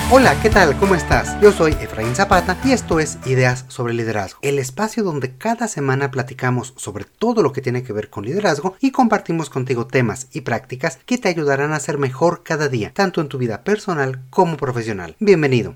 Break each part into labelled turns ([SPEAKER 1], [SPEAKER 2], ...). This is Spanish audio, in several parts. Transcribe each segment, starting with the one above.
[SPEAKER 1] Hola, ¿qué tal? ¿Cómo estás? Yo soy Efraín Zapata y esto es Ideas sobre Liderazgo, el espacio donde cada semana platicamos sobre todo lo que tiene que ver con liderazgo y compartimos contigo temas y prácticas que te ayudarán a ser mejor cada día, tanto en tu vida personal como profesional. Bienvenido.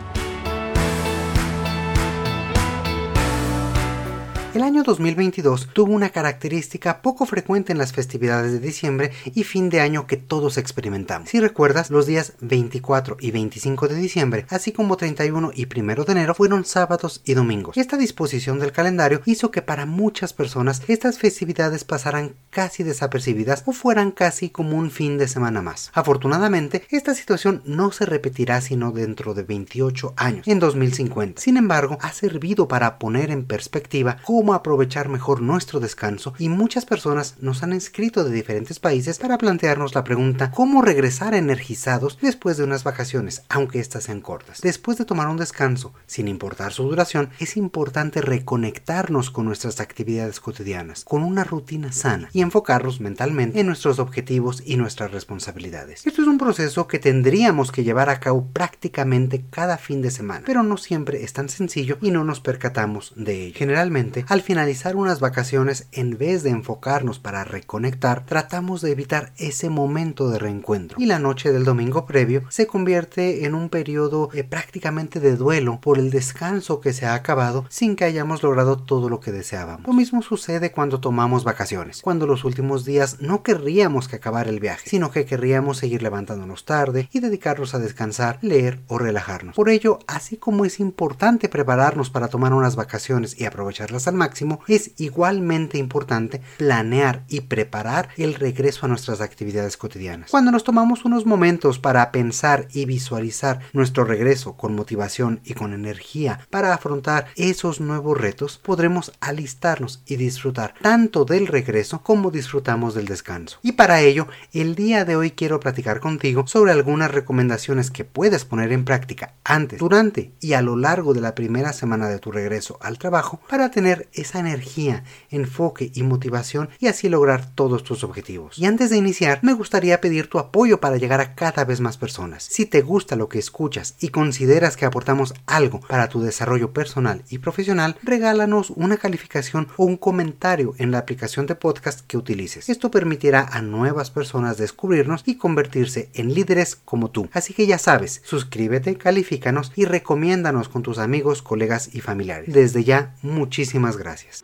[SPEAKER 1] El año 2022 tuvo una característica poco frecuente en las festividades de diciembre y fin de año que todos experimentamos. Si recuerdas, los días 24 y 25 de diciembre, así como 31 y 1 de enero, fueron sábados y domingos. Esta disposición del calendario hizo que para muchas personas estas festividades pasaran casi desapercibidas o fueran casi como un fin de semana más. Afortunadamente, esta situación no se repetirá sino dentro de 28 años, en 2050. Sin embargo, ha servido para poner en perspectiva cómo aprovechar mejor nuestro descanso y muchas personas nos han escrito de diferentes países para plantearnos la pregunta: ¿cómo regresar energizados después de unas vacaciones, aunque éstas sean cortas? Después de tomar un descanso, sin importar su duración, es importante reconectarnos con nuestras actividades cotidianas, con una rutina sana y enfocarnos mentalmente en nuestros objetivos y nuestras responsabilidades. Esto es un proceso que tendríamos que llevar a cabo prácticamente cada fin de semana, pero no siempre es tan sencillo y no nos percatamos de ello. Generalmente, al finalizar unas vacaciones, en vez de enfocarnos para reconectar, tratamos de evitar ese momento de reencuentro. Y la noche del domingo previo se convierte en un periodo prácticamente de duelo por el descanso que se ha acabado sin que hayamos logrado todo lo que deseábamos. Lo mismo sucede cuando tomamos vacaciones, cuando los últimos días no querríamos que acabara el viaje, sino que querríamos seguir levantándonos tarde y dedicarnos a descansar, leer o relajarnos. Por ello, así como es importante prepararnos para tomar unas vacaciones y aprovecharlas al máximo, es igualmente importante planear y preparar el regreso a nuestras actividades cotidianas. Cuando nos tomamos unos momentos para pensar y visualizar nuestro regreso con motivación y con energía para afrontar esos nuevos retos, podremos alistarnos y disfrutar tanto del regreso como disfrutamos del descanso. Y para ello, el día de hoy quiero platicar contigo sobre algunas recomendaciones que puedes poner en práctica antes, durante y a lo largo de la primera semana de tu regreso al trabajo para tener esa energía, enfoque y motivación y así lograr todos tus objetivos. Y antes de iniciar, me gustaría pedir tu apoyo para llegar a cada vez más personas. Si te gusta lo que escuchas y consideras que aportamos algo para tu desarrollo personal y profesional, regálanos una calificación o un comentario en la aplicación de podcast que utilices. Esto permitirá a nuevas personas descubrirnos y convertirse en líderes como tú. Así que ya sabes, suscríbete, califícanos y recomiéndanos con tus amigos, colegas y familiares. Desde ya, muchísimas gracias.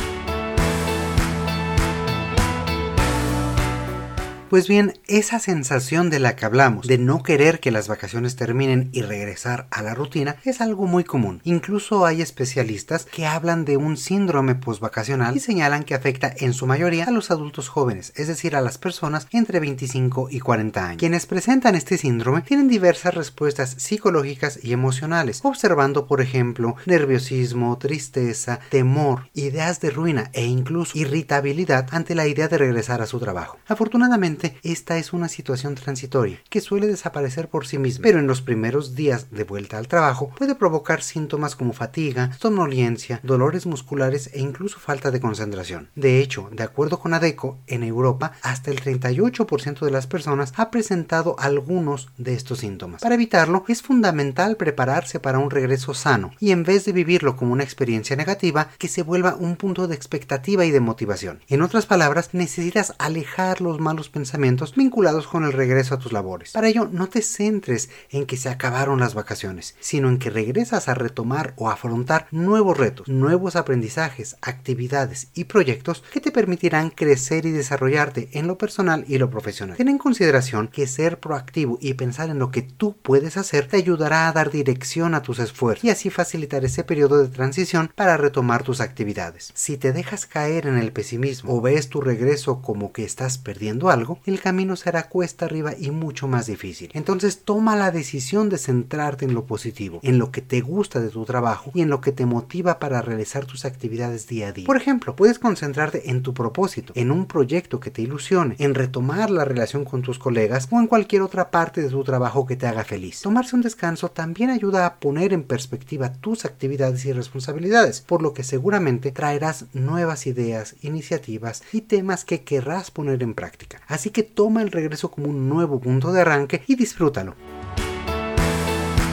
[SPEAKER 1] Pues bien, esa sensación de la que hablamos, de no querer que las vacaciones terminen y regresar a la rutina, es algo muy común. Incluso hay especialistas que hablan de un síndrome postvacacional y señalan que afecta en su mayoría a los adultos jóvenes, es decir, a las personas entre 25 y 40 años. Quienes presentan este síndrome tienen diversas respuestas psicológicas y emocionales, observando, por ejemplo, nerviosismo, tristeza, temor, ideas de ruina e incluso irritabilidad ante la idea de regresar a su trabajo. Afortunadamente, esta es una situación transitoria que suele desaparecer por sí misma, pero en los primeros días de vuelta al trabajo puede provocar síntomas como fatiga, somnolencia, dolores musculares e incluso falta de concentración. De hecho, de acuerdo con ADECO, en Europa hasta el 38% de las personas ha presentado algunos de estos síntomas. Para evitarlo, es fundamental prepararse para un regreso sano y en vez de vivirlo como una experiencia negativa, que se vuelva un punto de expectativa y de motivación. En otras palabras, necesitas alejar los malos pensamientos vinculados con el regreso a tus labores. Para ello, no te centres en que se acabaron las vacaciones, sino en que regresas a retomar o afrontar nuevos retos, nuevos aprendizajes, actividades y proyectos que te permitirán crecer y desarrollarte en lo personal y lo profesional. Ten en consideración que ser proactivo y pensar en lo que tú puedes hacer te ayudará a dar dirección a tus esfuerzos y así facilitar ese periodo de transición para retomar tus actividades. Si te dejas caer en el pesimismo o ves tu regreso como que estás perdiendo algo, el camino será cuesta arriba y mucho más difícil. Entonces toma la decisión de centrarte en lo positivo, en lo que te gusta de tu trabajo y en lo que te motiva para realizar tus actividades día a día. Por ejemplo, puedes concentrarte en tu propósito, en un proyecto que te ilusione, en retomar la relación con tus colegas o en cualquier otra parte de tu trabajo que te haga feliz. Tomarse un descanso también ayuda a poner en perspectiva tus actividades y responsabilidades, por lo que seguramente traerás nuevas ideas, iniciativas y temas que querrás poner en práctica. Así que toma el regreso como un nuevo punto de arranque y disfrútalo.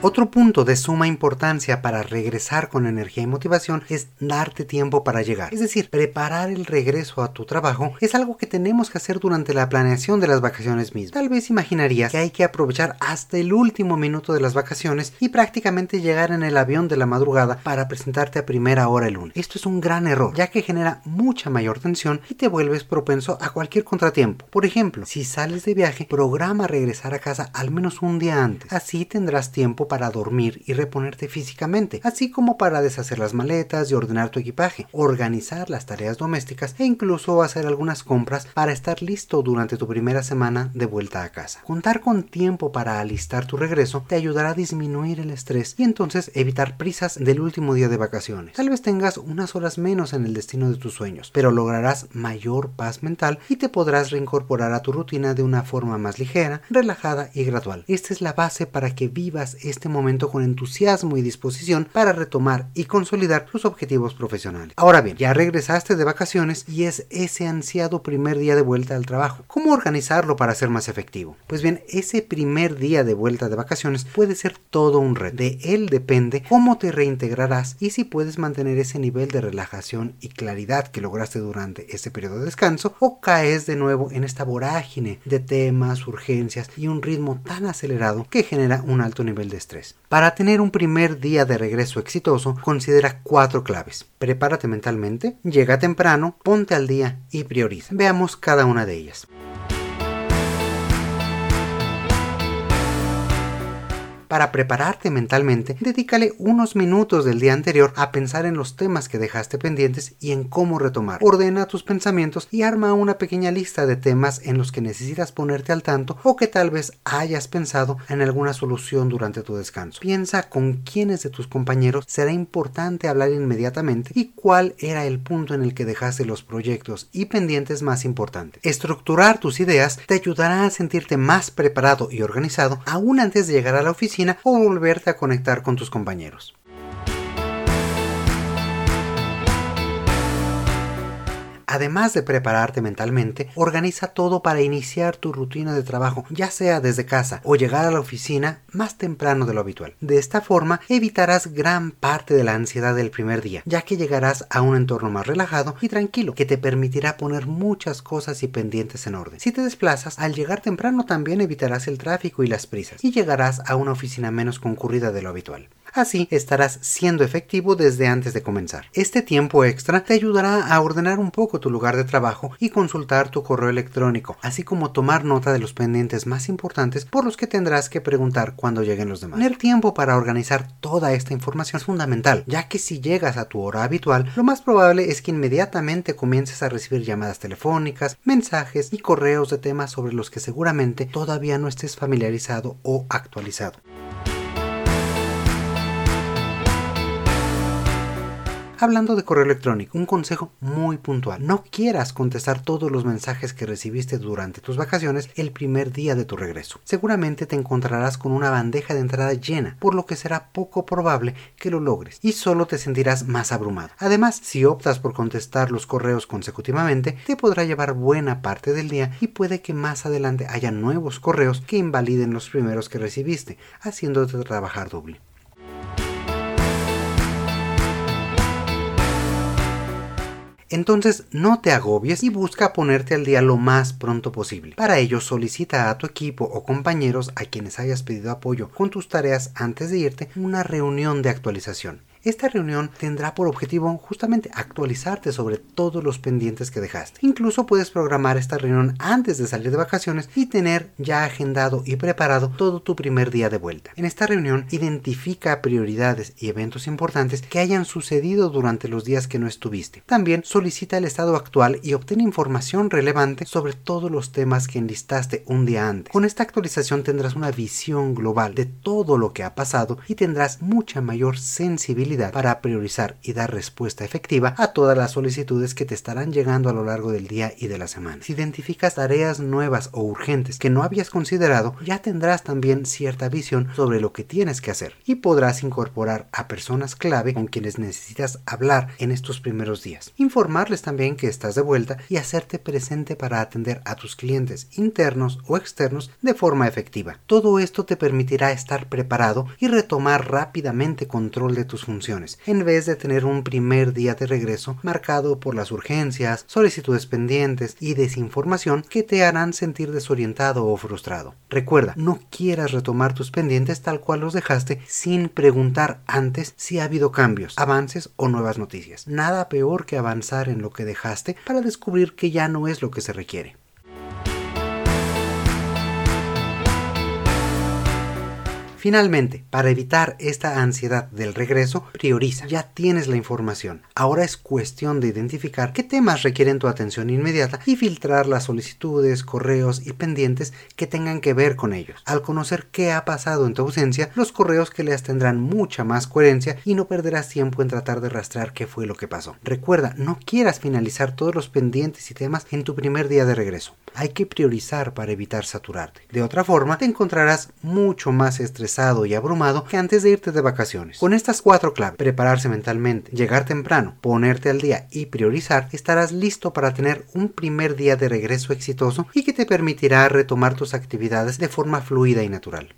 [SPEAKER 1] Otro punto de suma importancia para regresar con energía y motivación es darte tiempo para llegar. Es decir, preparar el regreso a tu trabajo es algo que tenemos que hacer durante la planeación de las vacaciones mismas. Tal vez imaginarías que hay que aprovechar hasta el último minuto de las vacaciones y prácticamente llegar en el avión de la madrugada para presentarte a primera hora el lunes. Esto es un gran error, ya que genera mucha mayor tensión y te vuelves propenso a cualquier contratiempo. Por ejemplo, si sales de viaje, programa regresar a casa al menos un día antes. Así tendrás tiempo para dormir y reponerte físicamente, así como para deshacer las maletas y ordenar tu equipaje, organizar las tareas domésticas e incluso hacer algunas compras para estar listo durante tu primera semana de vuelta a casa. Contar con tiempo para alistar tu regreso te ayudará a disminuir el estrés y entonces evitar prisas del último día de vacaciones. Tal vez tengas unas horas menos en el destino de tus sueños, pero lograrás mayor paz mental y te podrás reincorporar a tu rutina de una forma más ligera, relajada y gradual. Esta es la base para que vivas este momento con entusiasmo y disposición para retomar y consolidar tus objetivos profesionales. Ahora bien, ya regresaste de vacaciones y es ese ansiado primer día de vuelta al trabajo. ¿Cómo organizarlo para ser más efectivo? Pues bien, ese primer día de vuelta de vacaciones puede ser todo un reto. De él depende cómo te reintegrarás y si puedes mantener ese nivel de relajación y claridad que lograste durante ese periodo de descanso o caes de nuevo en esta vorágine de temas, urgencias y un ritmo tan acelerado que genera un alto nivel de estrés. Para tener un primer día de regreso exitoso, considera 4 claves. Prepárate mentalmente, llega temprano, ponte al día y prioriza. Veamos cada una de ellas. Para prepararte mentalmente, dedícale unos minutos del día anterior a pensar en los temas que dejaste pendientes y en cómo retomar. Ordena tus pensamientos y arma una pequeña lista de temas en los que necesitas ponerte al tanto o que tal vez hayas pensado en alguna solución durante tu descanso. Piensa con quiénes de tus compañeros será importante hablar inmediatamente y cuál era el punto en el que dejaste los proyectos y pendientes más importantes. Estructurar tus ideas te ayudará a sentirte más preparado y organizado aún antes de llegar a la oficina o volverte a conectar con tus compañeros. Además de prepararte mentalmente, organiza todo para iniciar tu rutina de trabajo, ya sea desde casa o llegar a la oficina más temprano de lo habitual. De esta forma, evitarás gran parte de la ansiedad del primer día, ya que llegarás a un entorno más relajado y tranquilo, que te permitirá poner muchas cosas y pendientes en orden. Si te desplazas, al llegar temprano también evitarás el tráfico y las prisas, y llegarás a una oficina menos concurrida de lo habitual. Así estarás siendo efectivo desde antes de comenzar. Este tiempo extra te ayudará a ordenar un poco tu lugar de trabajo y consultar tu correo electrónico, así como tomar nota de los pendientes más importantes por los que tendrás que preguntar cuando lleguen los demás. Tener tiempo para organizar toda esta información es fundamental, ya que si llegas a tu hora habitual, lo más probable es que inmediatamente comiences a recibir llamadas telefónicas, mensajes y correos de temas sobre los que seguramente todavía no estés familiarizado o actualizado. Hablando de correo electrónico, un consejo muy puntual. No quieras contestar todos los mensajes que recibiste durante tus vacaciones el primer día de tu regreso. Seguramente te encontrarás con una bandeja de entrada llena, por lo que será poco probable que lo logres y solo te sentirás más abrumado. Además, si optas por contestar los correos consecutivamente, te podrá llevar buena parte del día y puede que más adelante haya nuevos correos que invaliden los primeros que recibiste, haciéndote trabajar doble. Entonces no te agobies y busca ponerte al día lo más pronto posible. Para ello solicita a tu equipo o compañeros a quienes hayas pedido apoyo con tus tareas antes de irte una reunión de actualización. Esta reunión tendrá por objetivo justamente actualizarte sobre todos los pendientes que dejaste. Incluso puedes programar esta reunión antes de salir de vacaciones y tener ya agendado y preparado todo tu primer día de vuelta. En esta reunión identifica prioridades y eventos importantes que hayan sucedido durante los días que no estuviste. También solicita el estado actual y obtén información relevante sobre todos los temas que enlistaste un día antes. Con esta actualización tendrás una visión global de todo lo que ha pasado y tendrás mucha mayor sensibilidad profundidad para priorizar y dar respuesta efectiva a todas las solicitudes que te estarán llegando a lo largo del día y de la semana. Si identificas tareas nuevas o urgentes que no habías considerado, ya tendrás también cierta visión sobre lo que tienes que hacer y podrás incorporar a personas clave con quienes necesitas hablar en estos primeros días. Informarles también que estás de vuelta y hacerte presente para atender a tus clientes internos o externos de forma efectiva. Todo esto te permitirá estar preparado y retomar rápidamente control de tus funciones, en vez de tener un primer día de regreso marcado por las urgencias, solicitudes pendientes y desinformación que te harán sentir desorientado o frustrado. Recuerda, no quieras retomar tus pendientes tal cual los dejaste sin preguntar antes si ha habido cambios, avances o nuevas noticias. Nada peor que avanzar en lo que dejaste para descubrir que ya no es lo que se requiere. Finalmente, para evitar esta ansiedad del regreso, prioriza. Ya tienes la información. Ahora es cuestión de identificar qué temas requieren tu atención inmediata y filtrar las solicitudes, correos y pendientes que tengan que ver con ellos. Al conocer qué ha pasado en tu ausencia, los correos que leas tendrán mucha más coherencia y no perderás tiempo en tratar de rastrear qué fue lo que pasó. Recuerda, no quieras finalizar todos los pendientes y temas en tu primer día de regreso. Hay que priorizar para evitar saturarte. De otra forma, te encontrarás mucho más estresado y abrumado que antes de irte de vacaciones. Con estas 4 claves, prepararse mentalmente, llegar temprano, ponerte al día y priorizar, estarás listo para tener un primer día de regreso exitoso y que te permitirá retomar tus actividades de forma fluida y natural.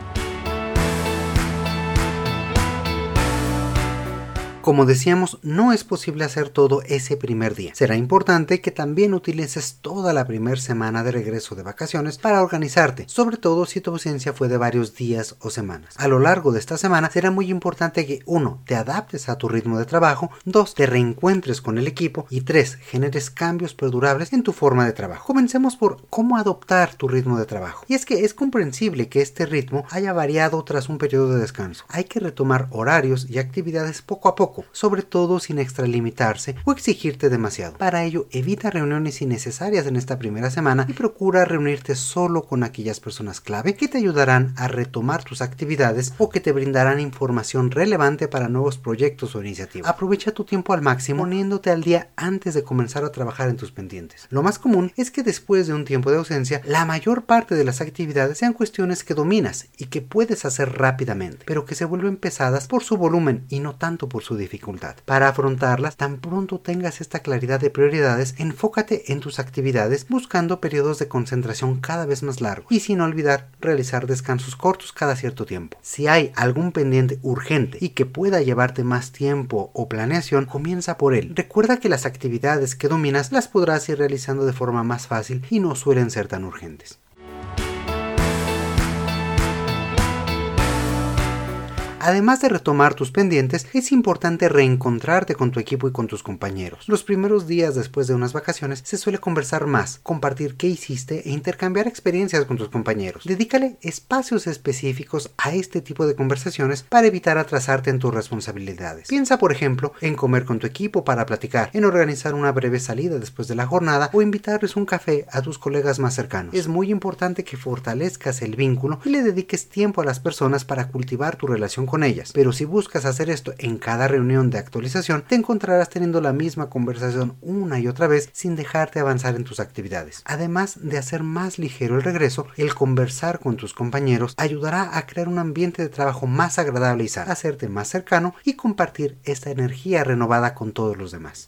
[SPEAKER 1] Como decíamos, no es posible hacer todo ese primer día. Será importante que también utilices toda la primera semana de regreso de vacaciones para organizarte, sobre todo si tu ausencia fue de varios días o semanas. A lo largo de esta semana será muy importante que 1. Te adaptes a tu ritmo de trabajo, 2. Te reencuentres con el equipo y 3. Generes cambios perdurables en tu forma de trabajo. Comencemos por cómo adoptar tu ritmo de trabajo. Y es que es comprensible que este ritmo haya variado tras un periodo de descanso. Hay que retomar horarios y actividades poco a poco, sobre todo sin extralimitarse o exigirte demasiado. Para ello, evita reuniones innecesarias en esta primera semana y procura reunirte solo con aquellas personas clave que te ayudarán a retomar tus actividades o que te brindarán información relevante para nuevos proyectos o iniciativas. Aprovecha tu tiempo al máximo poniéndote al día antes de comenzar a trabajar en tus pendientes. Lo más común es que después de un tiempo de ausencia, la mayor parte de las actividades sean cuestiones que dominas y que puedes hacer rápidamente, pero que se vuelven pesadas por su volumen y no tanto por su dificultad. Para afrontarlas, tan pronto tengas esta claridad de prioridades, enfócate en tus actividades buscando periodos de concentración cada vez más largos y sin olvidar realizar descansos cortos cada cierto tiempo. Si hay algún pendiente urgente y que pueda llevarte más tiempo o planeación, comienza por él. Recuerda que las actividades que dominas las podrás ir realizando de forma más fácil y no suelen ser tan urgentes. Además de retomar tus pendientes, es importante reencontrarte con tu equipo y con tus compañeros. Los primeros días después de unas vacaciones se suele conversar más, compartir qué hiciste e intercambiar experiencias con tus compañeros. Dedícale espacios específicos a este tipo de conversaciones para evitar atrasarte en tus responsabilidades. Piensa, por ejemplo, en comer con tu equipo para platicar, en organizar una breve salida después de la jornada o invitarles un café a tus colegas más cercanos. Es muy importante que fortalezcas el vínculo y le dediques tiempo a las personas para cultivar tu relación con ellas, pero si buscas hacer esto en cada reunión de actualización, te encontrarás teniendo la misma conversación una y otra vez sin dejarte avanzar en tus actividades. Además de hacer más ligero el regreso, el conversar con tus compañeros ayudará a crear un ambiente de trabajo más agradable y sano, hacerte más cercano y compartir esta energía renovada con todos los demás.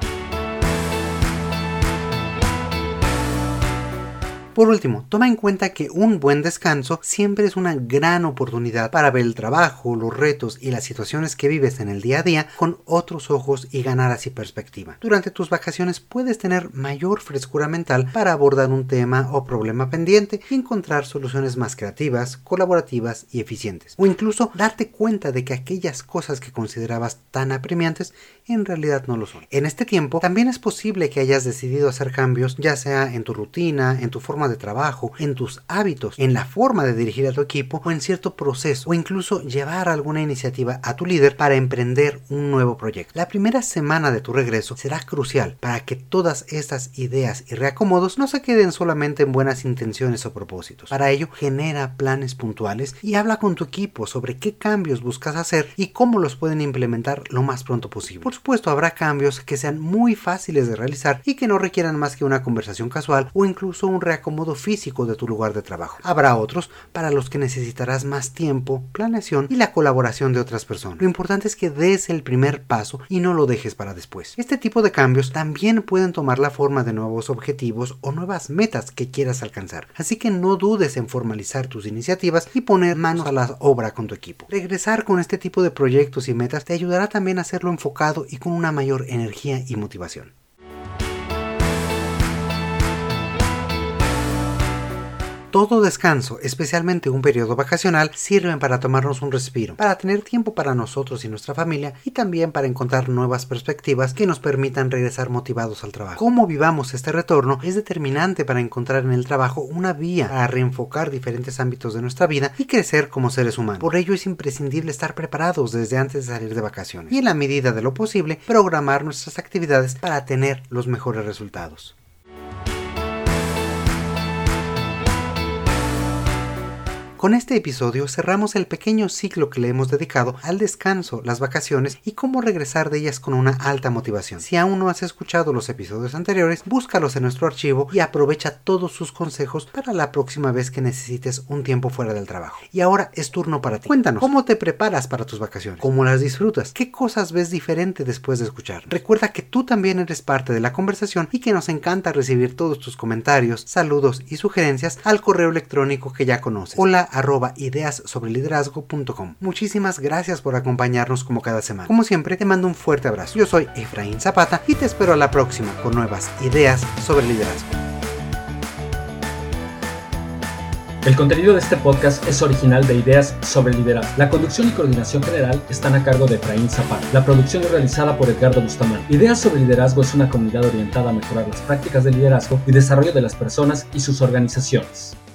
[SPEAKER 1] Por último, toma en cuenta que un buen descanso siempre es una gran oportunidad para ver el trabajo, los retos y las situaciones que vives en el día a día con otros ojos y ganar así perspectiva. Durante tus vacaciones puedes tener mayor frescura mental para abordar un tema o problema pendiente y encontrar soluciones más creativas, colaborativas y eficientes. O incluso darte cuenta de que aquellas cosas que considerabas tan apremiantes en realidad no lo son. En este tiempo también es posible que hayas decidido hacer cambios, ya sea en tu rutina, en tu forma forma de trabajo, en tus hábitos, en la forma de dirigir a tu equipo o en cierto proceso, o incluso llevar alguna iniciativa a tu líder para emprender un nuevo proyecto. La primera semana de tu regreso será crucial para que todas estas ideas y reacomodos no se queden solamente en buenas intenciones o propósitos. Para ello, genera planes puntuales y habla con tu equipo sobre qué cambios buscas hacer y cómo los pueden implementar lo más pronto posible. Por supuesto, habrá cambios que sean muy fáciles de realizar y que no requieran más que una conversación casual o incluso un reacomodo físico de tu lugar de trabajo. Habrá otros para los que necesitarás más tiempo, planeación y la colaboración de otras personas. Lo importante es que des el primer paso y no lo dejes para después. Este tipo de cambios también pueden tomar la forma de nuevos objetivos o nuevas metas que quieras alcanzar. Así que no dudes en formalizar tus iniciativas y poner manos a la obra con tu equipo. Regresar con este tipo de proyectos y metas te ayudará también a hacerlo enfocado y con una mayor energía y motivación. Todo descanso, especialmente un periodo vacacional, sirven para tomarnos un respiro, para tener tiempo para nosotros y nuestra familia y también para encontrar nuevas perspectivas que nos permitan regresar motivados al trabajo. Cómo vivamos este retorno es determinante para encontrar en el trabajo una vía para reenfocar diferentes ámbitos de nuestra vida y crecer como seres humanos. Por ello es imprescindible estar preparados desde antes de salir de vacaciones y en la medida de lo posible programar nuestras actividades para tener los mejores resultados. Con este episodio cerramos el pequeño ciclo que le hemos dedicado al descanso, las vacaciones y cómo regresar de ellas con una alta motivación. Si aún no has escuchado los episodios anteriores, búscalos en nuestro archivo y aprovecha todos sus consejos para la próxima vez que necesites un tiempo fuera del trabajo. Y ahora es turno para ti. Cuéntanos, ¿cómo te preparas para tus vacaciones? ¿Cómo las disfrutas? ¿Qué cosas ves diferente después de escuchar? Recuerda que tú también eres parte de la conversación y que nos encanta recibir todos tus comentarios, saludos y sugerencias al correo electrónico que ya conoces. hola@ideasobreliderazgo.com. Muchísimas gracias por acompañarnos como cada semana. Como siempre, te mando un fuerte abrazo. Yo soy Efraín Zapata y te espero a la próxima con nuevas ideas sobre liderazgo.
[SPEAKER 2] El contenido de este podcast es original de Ideas sobre Liderazgo. La conducción y coordinación general están a cargo de Efraín Zapata. La producción es realizada por Edgardo Bustamante. Ideas sobre Liderazgo es una comunidad orientada a mejorar las prácticas de liderazgo y desarrollo de las personas y sus organizaciones.